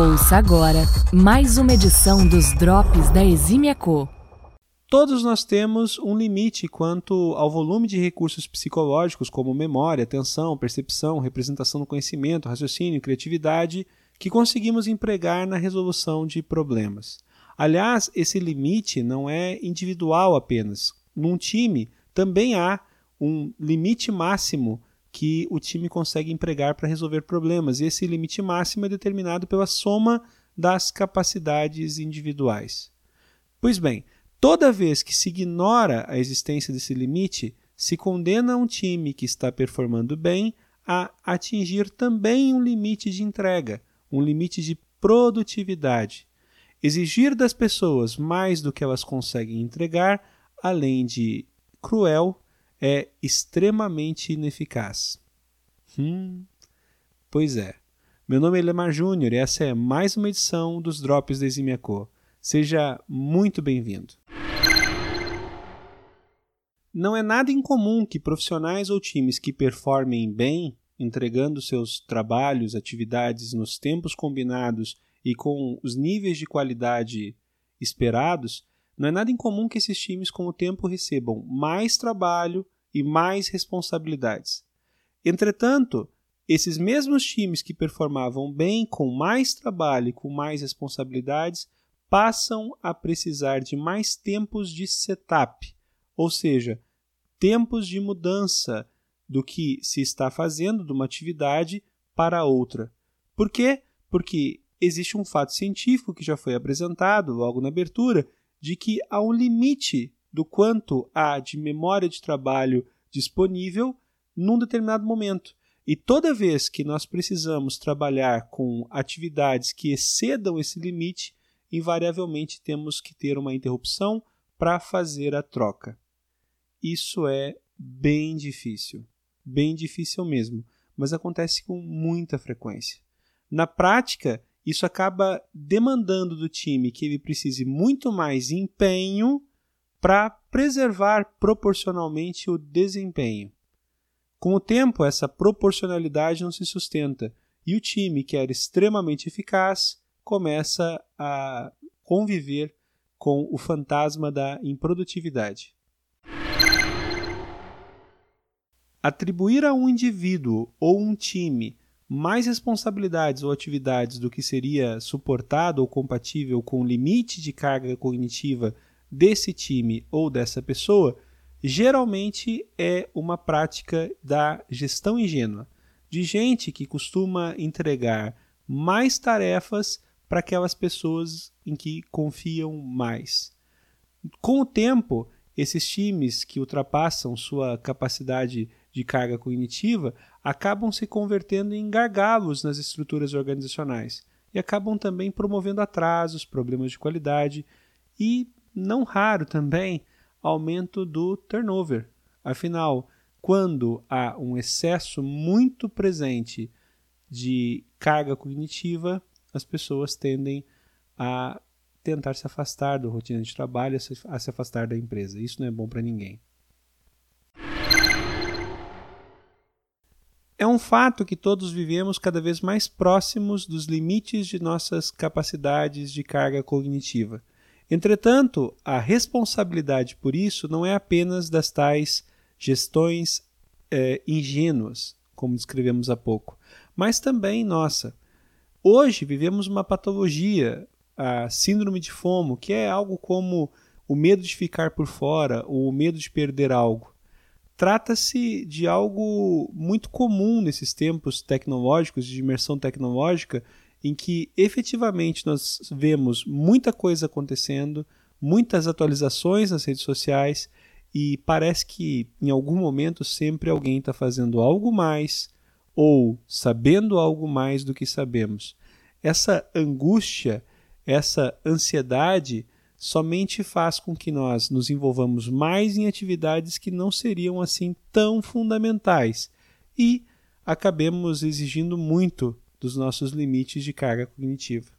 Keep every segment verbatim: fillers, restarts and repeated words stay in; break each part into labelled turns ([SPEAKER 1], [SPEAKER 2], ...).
[SPEAKER 1] Ouça agora mais uma edição dos Drops da Exímia Co.
[SPEAKER 2] Todos nós temos um limite quanto ao volume de recursos psicológicos como memória, atenção, percepção, representação do conhecimento, raciocínio, criatividade, que conseguimos empregar na resolução de problemas. Aliás, esse limite não é individual apenas. Num time também há um limite máximo que o time consegue empregar para resolver problemas. E esse limite máximo é determinado pela soma das capacidades individuais. Pois bem, toda vez que se ignora a existência desse limite, se condena um time que está performando bem a atingir também um limite de entrega, um limite de produtividade. Exigir das pessoas mais do que elas conseguem entregar, além de cruel, é extremamente ineficaz. Hum, pois é. Meu nome é Lemar Júnior e essa é mais uma edição dos Drops da Exímia Co. Seja muito bem-vindo. Não é nada incomum que profissionais ou times que performem bem, entregando seus trabalhos, atividades nos tempos combinados e com os níveis de qualidade esperados, não é nada incomum que esses times com o tempo recebam mais trabalho e mais responsabilidades. Entretanto, esses mesmos times que performavam bem com mais trabalho e com mais responsabilidades passam a precisar de mais tempos de setup, ou seja, tempos de mudança do que se está fazendo de uma atividade para outra. Por quê? Porque existe um fato científico que já foi apresentado logo na abertura, de que há um limite do quanto há de memória de trabalho disponível num determinado momento. E toda vez que nós precisamos trabalhar com atividades que excedam esse limite, invariavelmente temos que ter uma interrupção para fazer a troca. Isso é bem difícil, bem difícil mesmo, mas acontece com muita frequência. Na prática, isso acaba demandando do time que ele precise muito mais empenho para preservar proporcionalmente o desempenho. Com o tempo, essa proporcionalidade não se sustenta e o time, que era extremamente eficaz, começa a conviver com o fantasma da improdutividade. Atribuir a um indivíduo ou um time mais responsabilidades ou atividades do que seria suportado ou compatível com o limite de carga cognitiva desse time ou dessa pessoa, geralmente é uma prática da gestão ingênua, de gente que costuma entregar mais tarefas para aquelas pessoas em que confiam mais. Com o tempo, esses times que ultrapassam sua capacidade de carga cognitiva acabam se convertendo em gargalos nas estruturas organizacionais e acabam também promovendo atrasos, problemas de qualidade e, não raro também, aumento do turnover. Afinal, quando há um excesso muito presente de carga cognitiva, as pessoas tendem a tentar se afastar da rotina de trabalho, a se afastar da empresa. Isso não é bom para ninguém. É um fato que todos vivemos cada vez mais próximos dos limites de nossas capacidades de carga cognitiva. Entretanto, a responsabilidade por isso não é apenas das tais gestões eh, ingênuas, como descrevemos há pouco, mas também nossa. Hoje vivemos uma patologia, a síndrome de FOMO, que é algo como o medo de ficar por fora ou o medo de perder algo. Trata-se de algo muito comum nesses tempos tecnológicos, de imersão tecnológica, em que efetivamente nós vemos muita coisa acontecendo, muitas atualizações nas redes sociais e parece que em algum momento sempre alguém está fazendo algo mais ou sabendo algo mais do que sabemos. Essa angústia, essa ansiedade somente faz com que nós nos envolvamos mais em atividades que não seriam assim tão fundamentais e acabemos exigindo muito dos nossos limites de carga cognitiva.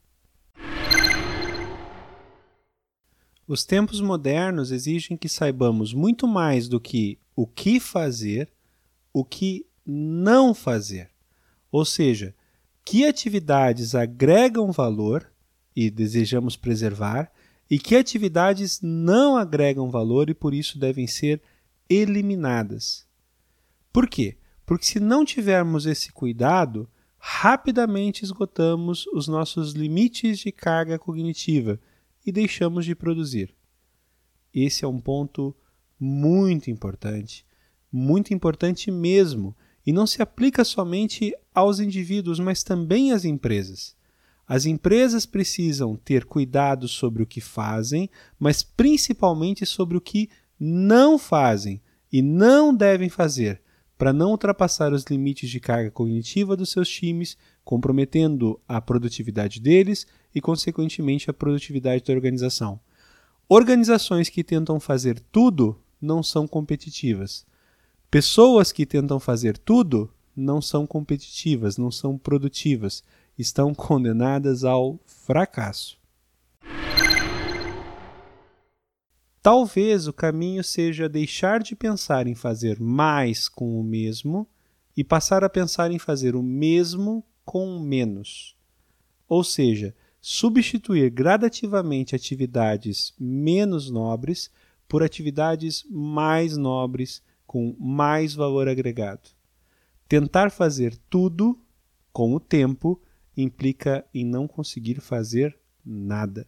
[SPEAKER 2] Os tempos modernos exigem que saibamos muito mais do que o que fazer, o que não fazer. Ou seja, que atividades agregam valor e desejamos preservar e que atividades não agregam valor e por isso devem ser eliminadas. Por quê? Porque se não tivermos esse cuidado, rapidamente esgotamos os nossos limites de carga cognitiva e deixamos de produzir. Esse é um ponto muito importante, muito importante mesmo, e não se aplica somente aos indivíduos, mas também às empresas. As empresas precisam ter cuidado sobre o que fazem, mas principalmente sobre o que não fazem e não devem fazer, para não ultrapassar os limites de carga cognitiva dos seus times, comprometendo a produtividade deles e, consequentemente, a produtividade da organização. Organizações que tentam fazer tudo não são competitivas. Pessoas que tentam fazer tudo não são competitivas, não são produtivas, estão condenadas ao fracasso. Talvez o caminho seja deixar de pensar em fazer mais com o mesmo e passar a pensar em fazer o mesmo com menos. Ou seja, substituir gradativamente atividades menos nobres por atividades mais nobres com mais valor agregado. Tentar fazer tudo com o tempo implica em não conseguir fazer nada.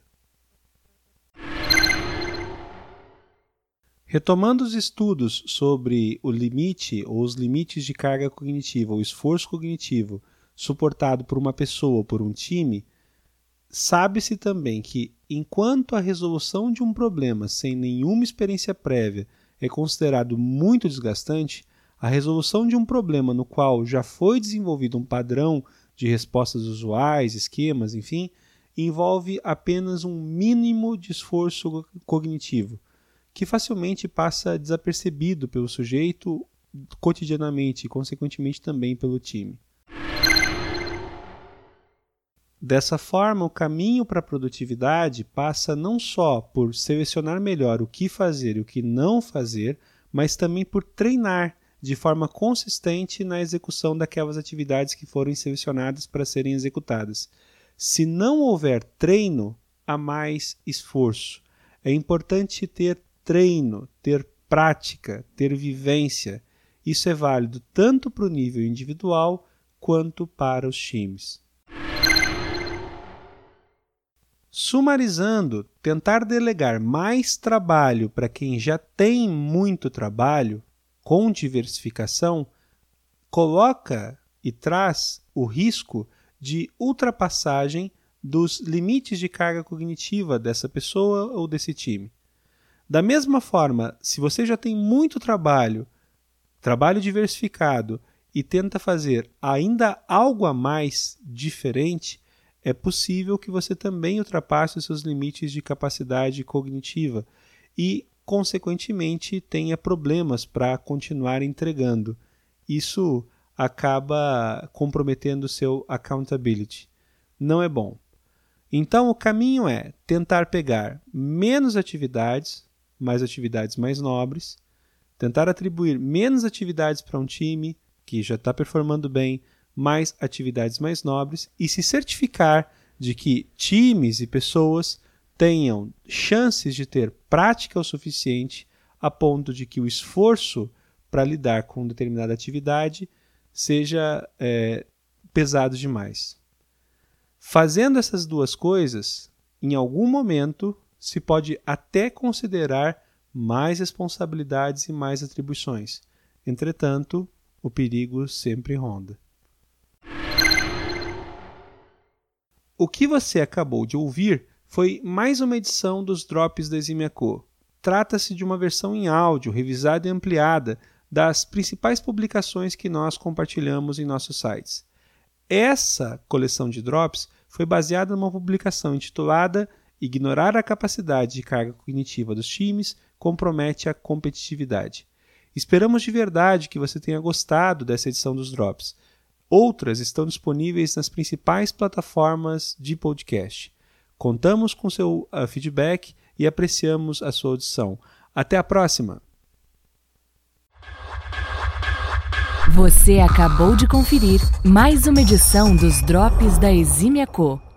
[SPEAKER 2] Retomando os estudos sobre o limite ou os limites de carga cognitiva, o esforço cognitivo suportado por uma pessoa ou por um time, sabe-se também que, enquanto a resolução de um problema sem nenhuma experiência prévia é considerado muito desgastante, a resolução de um problema no qual já foi desenvolvido um padrão de respostas usuais, esquemas, enfim, envolve apenas um mínimo de esforço cognitivo, que facilmente passa desapercebido pelo sujeito cotidianamente e, consequentemente, também pelo time. Dessa forma, o caminho para a produtividade passa não só por selecionar melhor o que fazer e o que não fazer, mas também por treinar de forma consistente na execução daquelas atividades que forem selecionadas para serem executadas. Se não houver treino, há mais esforço. É importante ter treino, ter prática, ter vivência. Isso é válido tanto para o nível individual quanto para os times. Sumarizando, tentar delegar mais trabalho para quem já tem muito trabalho, com diversificação, coloca e traz o risco de ultrapassagem dos limites de carga cognitiva dessa pessoa ou desse time. Da mesma forma, se você já tem muito trabalho, trabalho diversificado, e tenta fazer ainda algo a mais diferente, é possível que você também ultrapasse os seus limites de capacidade cognitiva e, consequentemente, tenha problemas para continuar entregando. Isso acaba comprometendo o seu accountability. Não é bom. Então, o caminho é tentar pegar menos atividades, mais atividades mais nobres, tentar atribuir menos atividades para um time que já está performando bem, mais atividades mais nobres e se certificar de que times e pessoas tenham chances de ter prática o suficiente a ponto de que o esforço para lidar com determinada atividade seja é, pesado demais. Fazendo essas duas coisas, em algum momento se pode até considerar mais responsabilidades e mais atribuições. Entretanto, o perigo sempre ronda. O que você acabou de ouvir foi mais uma edição dos Drops da EximiaCo. Trata-se de uma versão em áudio, revisada e ampliada, das principais publicações que nós compartilhamos em nossos sites. Essa coleção de Drops foi baseada numa publicação intitulada Ignorar a capacidade de carga cognitiva dos times compromete a competitividade. Esperamos de verdade que você tenha gostado dessa edição dos Drops. Outras estão disponíveis nas principais plataformas de podcast. Contamos com seu uh, feedback e apreciamos a sua audição. Até a próxima!
[SPEAKER 1] Você acabou de conferir mais uma edição dos Drops da Exímia Co.